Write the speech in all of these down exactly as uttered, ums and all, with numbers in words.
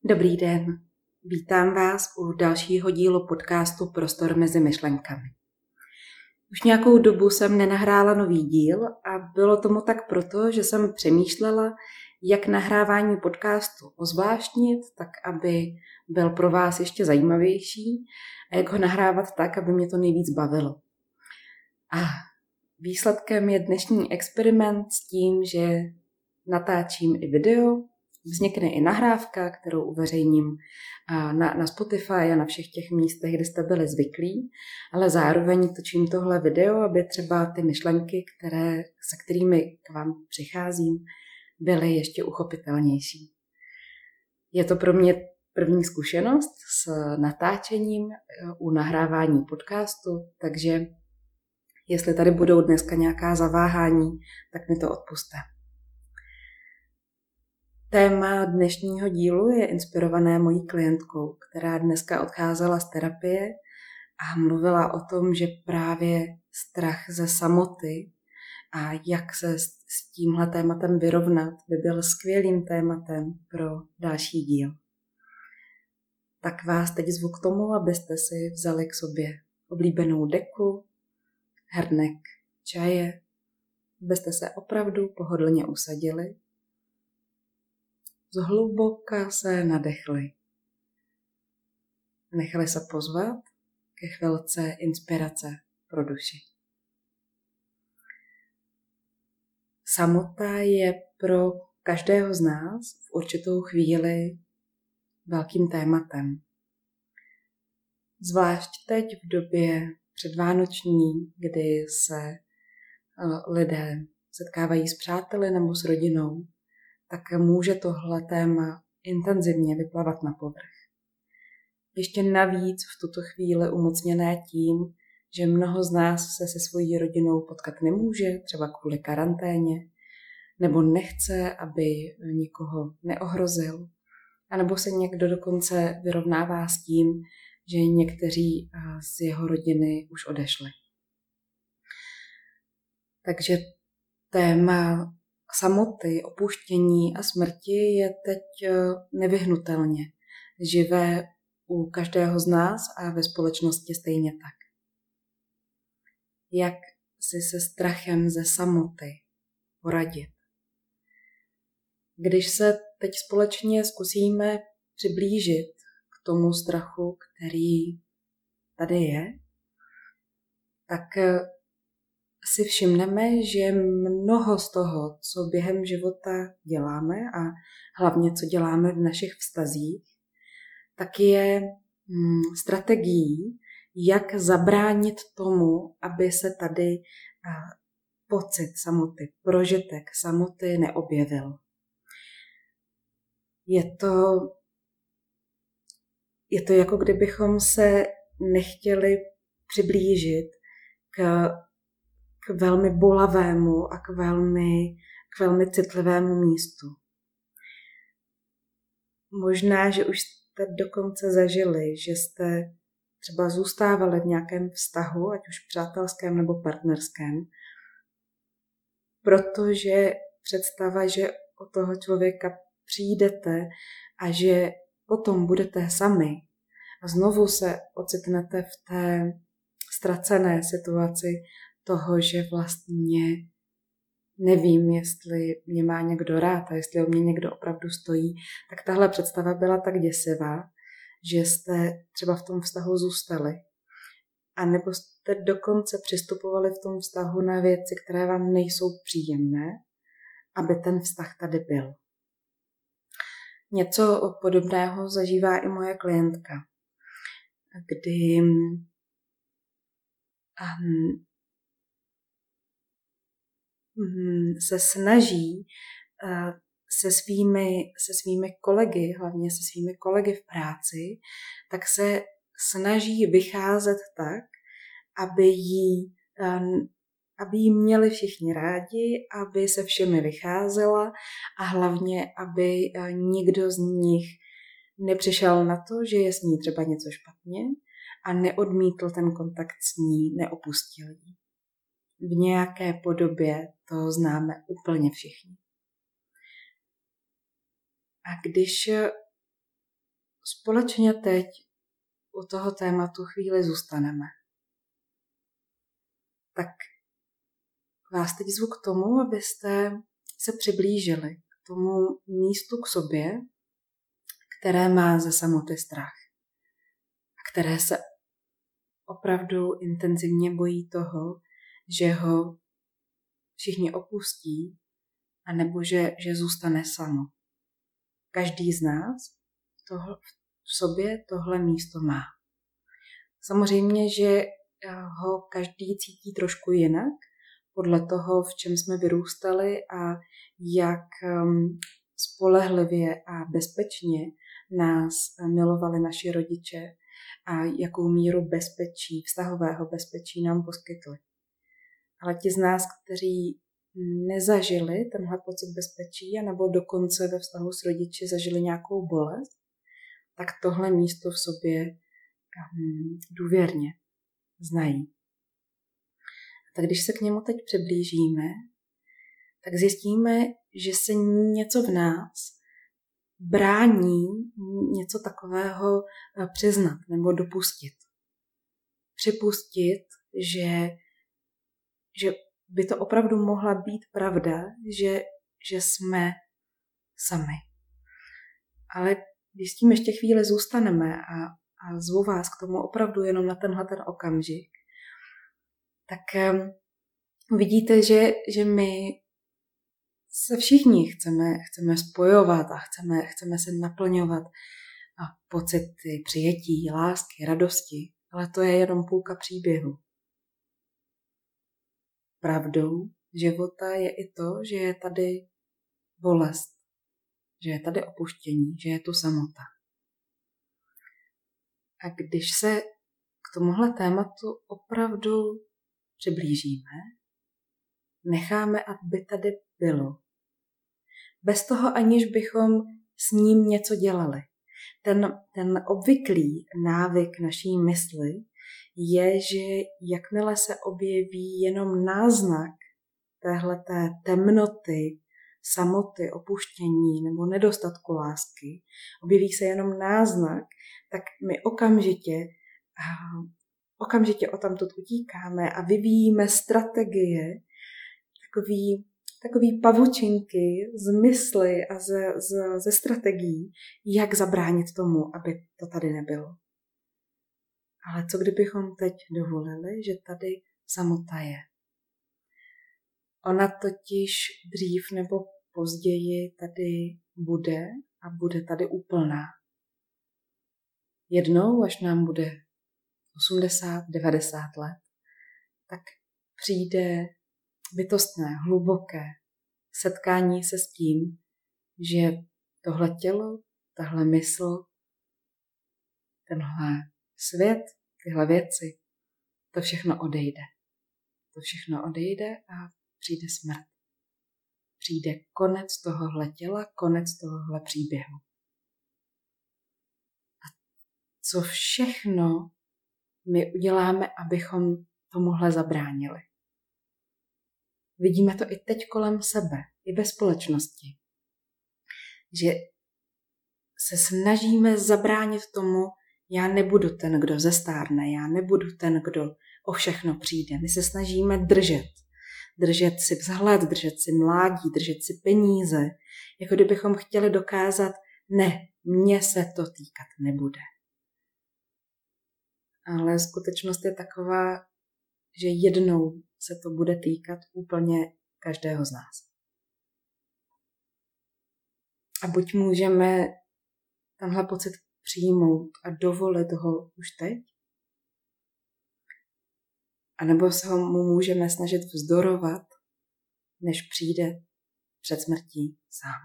Dobrý den, vítám vás u dalšího dílu podcastu Prostor mezi myšlenkami. Už nějakou dobu jsem nenahrála nový díl a bylo tomu tak proto, že jsem přemýšlela, jak nahrávání podcastu ozvláštnit, tak aby byl pro vás ještě zajímavější a jak ho nahrávat tak, aby mě to nejvíc bavilo. A výsledkem je dnešní experiment s tím, že natáčím i video, vznikne i nahrávka, kterou uveřejním na, na Spotify a na všech těch místech, kde jste byli zvyklí, ale zároveň točím tohle video, aby třeba ty myšlenky, které, se kterými k vám přicházím, byly ještě uchopitelnější. Je to pro mě první zkušenost s natáčením u nahrávání podcastu, takže jestli tady budou dneska nějaká zaváhání, tak mi to odpusťte. Téma dnešního dílu je inspirované mojí klientkou, která dneska odcházela z terapie a mluvila o tom, že právě strach ze samoty a jak se s tímhle tématem vyrovnat by byl skvělým tématem pro další díl. Tak vás teď zvu k tomu, abyste si vzali k sobě oblíbenou deku, hrnek čaje, abyste se opravdu pohodlně usadili, zhluboka se nadechli. Nechali se pozvat ke chvilce inspirace pro duši. Samota je pro každého z nás v určitou chvíli velkým tématem. Zvlášť teď v době předvánoční, kdy se lidé setkávají s přáteli nebo s rodinou, tak může tohle téma intenzivně vyplavat na povrch. Ještě navíc v tuto chvíli umocněné tím, že mnoho z nás se se svojí rodinou potkat nemůže, třeba kvůli karanténě, nebo nechce, aby nikoho neohrozil, anebo se někdo dokonce vyrovnává s tím, že někteří z jeho rodiny už odešli. Takže téma samoty, opuštění a smrti je teď nevyhnutelně živé u každého z nás a ve společnosti stejně tak. Jak si se strachem ze samoty poradit? Když se teď společně zkusíme přiblížit k tomu strachu, který tady je, tak si všimneme, že mnoho z toho, co během života děláme a hlavně co děláme v našich vztazích, tak je strategií, jak zabránit tomu, aby se tady pocit samoty, prožitek samoty neobjevil. Je to, je to jako kdybychom se nechtěli přiblížit k k velmi bolavému a k velmi, k velmi citlivému místu. Možná, že už jste dokonce zažili, že jste třeba zůstávali v nějakém vztahu, ať už přátelském nebo partnerském, protože představa, že o toho člověka přijdete a že potom budete sami a znovu se ocitnete v té ztracené situaci toho, že vlastně nevím, jestli mě má někdo rád a jestli o mě někdo opravdu stojí, tak tahle představa byla tak děsivá, že jste třeba v tom vztahu zůstali. A nebo jste dokonce přistupovali v tom vztahu na věci, které vám nejsou příjemné, aby ten vztah tady byl. Něco podobného zažívá i moje klientka, kdy um, se snaží se svými, se svými kolegy, hlavně se svými kolegy v práci, tak se snaží vycházet tak, aby jí, aby jí měli všichni rádi, aby se všemi vycházela a hlavně, aby nikdo z nich nepřišel na to, že je s ní třeba něco špatně a neodmítl ten kontakt s ní, neopustil ji. V nějaké podobě to známe úplně všichni. A když společně teď u toho tématu chvíli zůstaneme. Tak vás teď zvu k tomu, abyste se přiblížili k tomu místu k sobě, které má ze samoty strach a které se opravdu intenzivně bojí toho, že ho všichni opustí, anebo že, že zůstane samo. Každý z nás tohle, v sobě tohle místo má. Samozřejmě, že ho každý cítí trošku jinak, podle toho, v čem jsme vyrůstali a jak spolehlivě a bezpečně nás milovali naši rodiče a jakou míru bezpečí, vztahového bezpečí nám poskytli. Ale ti z nás, kteří nezažili tenhle pocit bezpečí, anebo dokonce ve vztahu s rodiči zažili nějakou bolest, tak tohle místo v sobě um, důvěrně znají. Tak když se k němu teď přiblížíme, tak zjistíme, že se něco v nás brání něco takového přiznat nebo dopustit. Připustit, že, že by to opravdu mohla být pravda, že, že jsme sami. Ale když s tím ještě chvíli zůstaneme a, a zvu vás k tomu opravdu jenom na tenhle ten okamžik, tak um, vidíte, že, že my se všichni chceme, chceme spojovat a chceme, chceme se naplňovat a pocity přijetí, lásky, radosti, ale to je jenom půlka příběhu. Pravdou života je i to, že je tady bolest, že je tady opuštění, že je tu samota. A když se k tomuhle tématu opravdu přiblížíme, necháme, aby tady bylo. Bez toho, aniž bychom s ním něco dělali. Ten, ten obvyklý návyk naší mysli je, že jakmile se objeví jenom náznak téhleté temnoty, samoty, opuštění nebo nedostatku lásky, objeví se jenom náznak, tak my okamžitě, okamžitě odtamtud utíkáme a vyvíjíme strategie, takový, takový pavučinky z mysli a ze, ze, ze strategií, jak zabránit tomu, aby to tady nebylo. Ale co kdybychom teď dovolili, že tady samota je? Ona totiž dřív nebo později tady bude a bude tady úplná. Jednou, až nám bude osmdesát, devadesát let, tak přijde bytostné, hluboké setkání se s tím, že tohle tělo, tahle mysl, tenhle svět, tyhle věci, to všechno odejde. To všechno odejde a přijde smrt. Přijde konec tohohle těla, konec tohohle příběhu. A co všechno my uděláme, abychom tomuhle zabránili? Vidíme to i teď kolem sebe, i ve společnosti. Že se snažíme zabránit tomu, já nebudu ten, kdo zestárne, já nebudu ten, kdo o všechno přijde. My se snažíme držet. Držet si vzhled, držet si mládí, držet si peníze. Jako kdybychom chtěli dokázat, ne, mně se to týkat nebude. Ale skutečnost je taková, že jednou se to bude týkat úplně každého z nás. A buď můžeme tenhle pocit přijmout a dovolit ho už teď, anebo se ho mu můžeme snažit vzdorovat, než přijde před smrtí sám.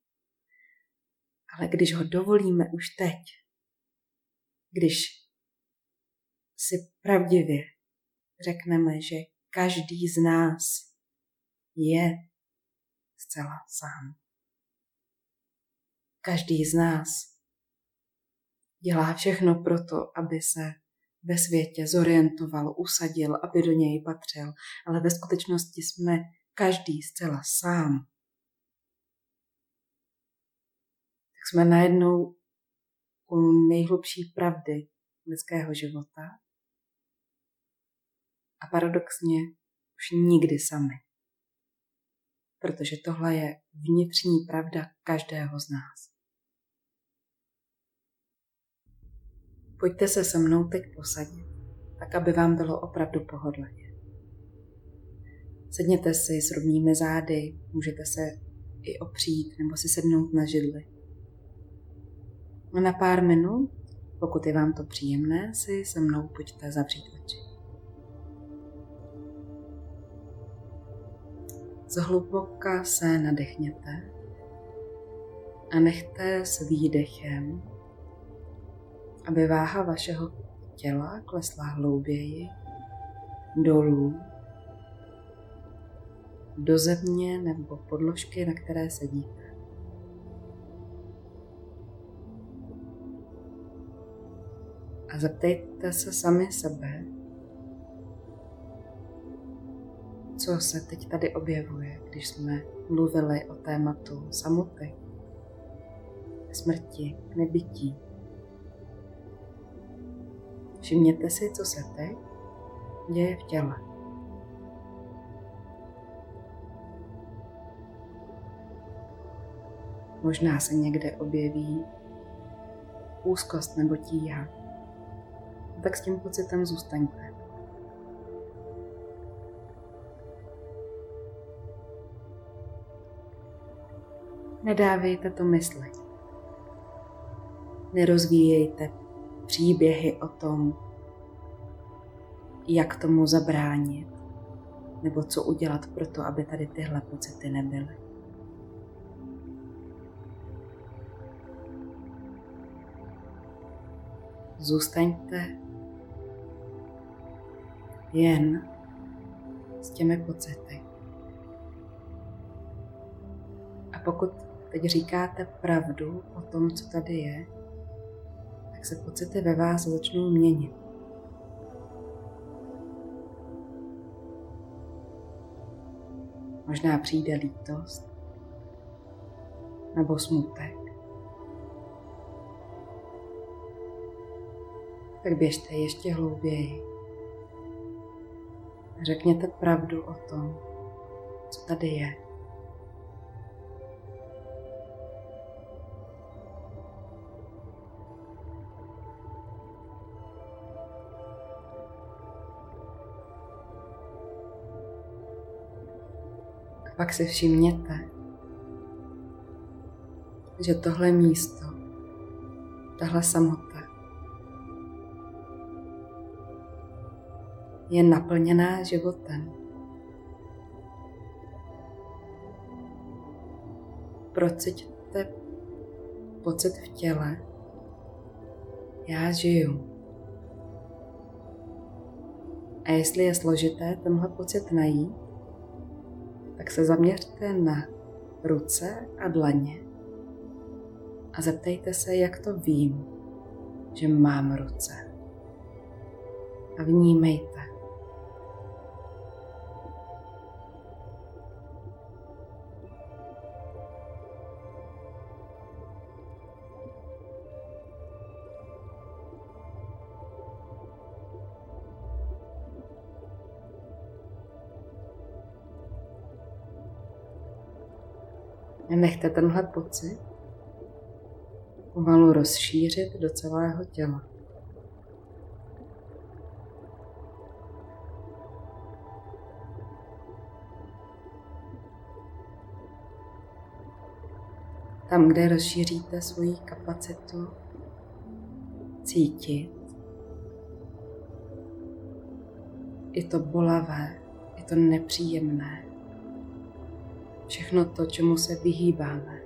Ale když ho dovolíme už teď, když si pravdivě řekneme, že každý z nás je zcela sám. Každý z nás dělá všechno proto, aby se ve světě zorientoval, usadil, aby do něj patřil, ale ve skutečnosti jsme každý zcela sám. Tak jsme najednou u nejhlubší pravdy lidského života a paradoxně už nikdy sami. Protože tohle je vnitřní pravda každého z nás. Pojďte se se mnou teď posadit, tak aby vám bylo opravdu pohodlně. Sedněte si s rovnými zády, můžete se i opřít nebo si sednout na židli. A na pár minut, pokud je vám to příjemné, si se mnou pojďte zavřít oči. Zhluboka se nadechněte a nechte s výdechem, aby váha vašeho těla klesla hlouběji dolů do země nebo podložky, na které sedíte. A zeptejte se sami sebe, co se teď tady objevuje, když jsme mluvili o tématu samoty, smrti, nebytí. Všimněte si, co se teď děje v těle. Možná se někde objeví úzkost nebo tíha. Tak s tím pocitem zůstaňte. Nedávejte to mysli. Nerozvíjejte příběhy o tom, jak tomu zabránit, nebo co udělat pro to, aby tady tyhle pocity nebyly. Zůstaňte jen s těmi pocity. A pokud teď říkáte pravdu o tom, co tady je, tak se pocity ve vás začnou měnit. Možná přijde lítost nebo smutek. Tak běžte ještě hlouběji. Řekněte pravdu o tom, co tady je. A pak si všimněte, že tohle místo, tahle samota je naplněná životem. Procítíte pocit v těle. Já žiju. A jestli je složité tenhle pocit najít, tak se zaměřte na ruce a dlaně a zeptejte se, jak to vím, že mám ruce. A vnímejte. Nechte tenhle pocit pomalu rozšířit do celého těla. Tam, kde rozšíříte svoji kapacitu cítit, i to bolavé, i to nepříjemné, všechno to, čemu se vyhýbáme.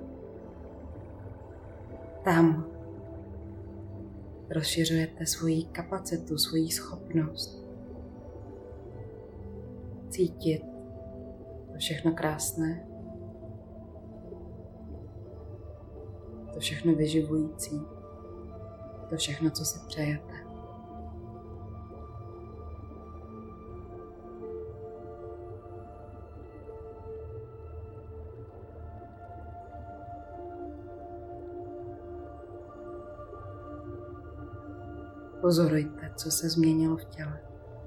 Tam rozšiřujete svoji kapacitu, svoji schopnost cítit to všechno krásné, to všechno vyživující, to všechno, co si přejete. Pozorujte, co se změnilo v těle.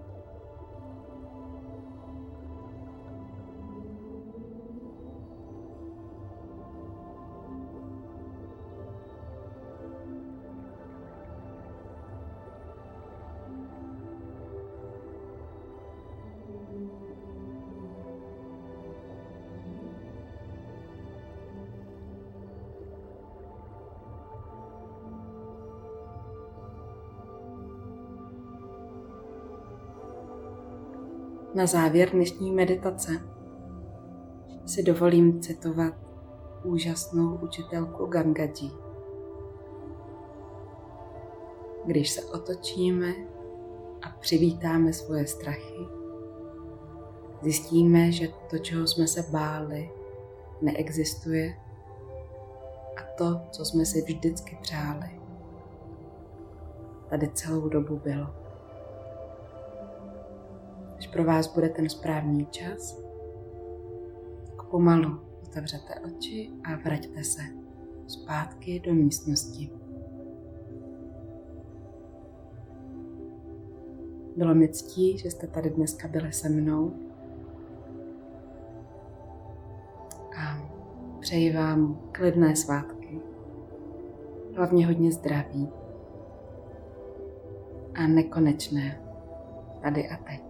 Na závěr dnešní meditace si dovolím citovat úžasnou učitelku Gangaji. Když se otočíme a přivítáme svoje strachy, zjistíme, že to, čeho jsme se báli, neexistuje a to, co jsme si vždycky přáli, tady celou dobu bylo. Když pro vás bude ten správný čas, tak pomalu otevřete oči a vraťte se zpátky do místnosti. Bylo mi ctí, že jste tady dneska byli se mnou a přeji vám klidné svátky, hlavně hodně zdraví a nekonečné tady a teď.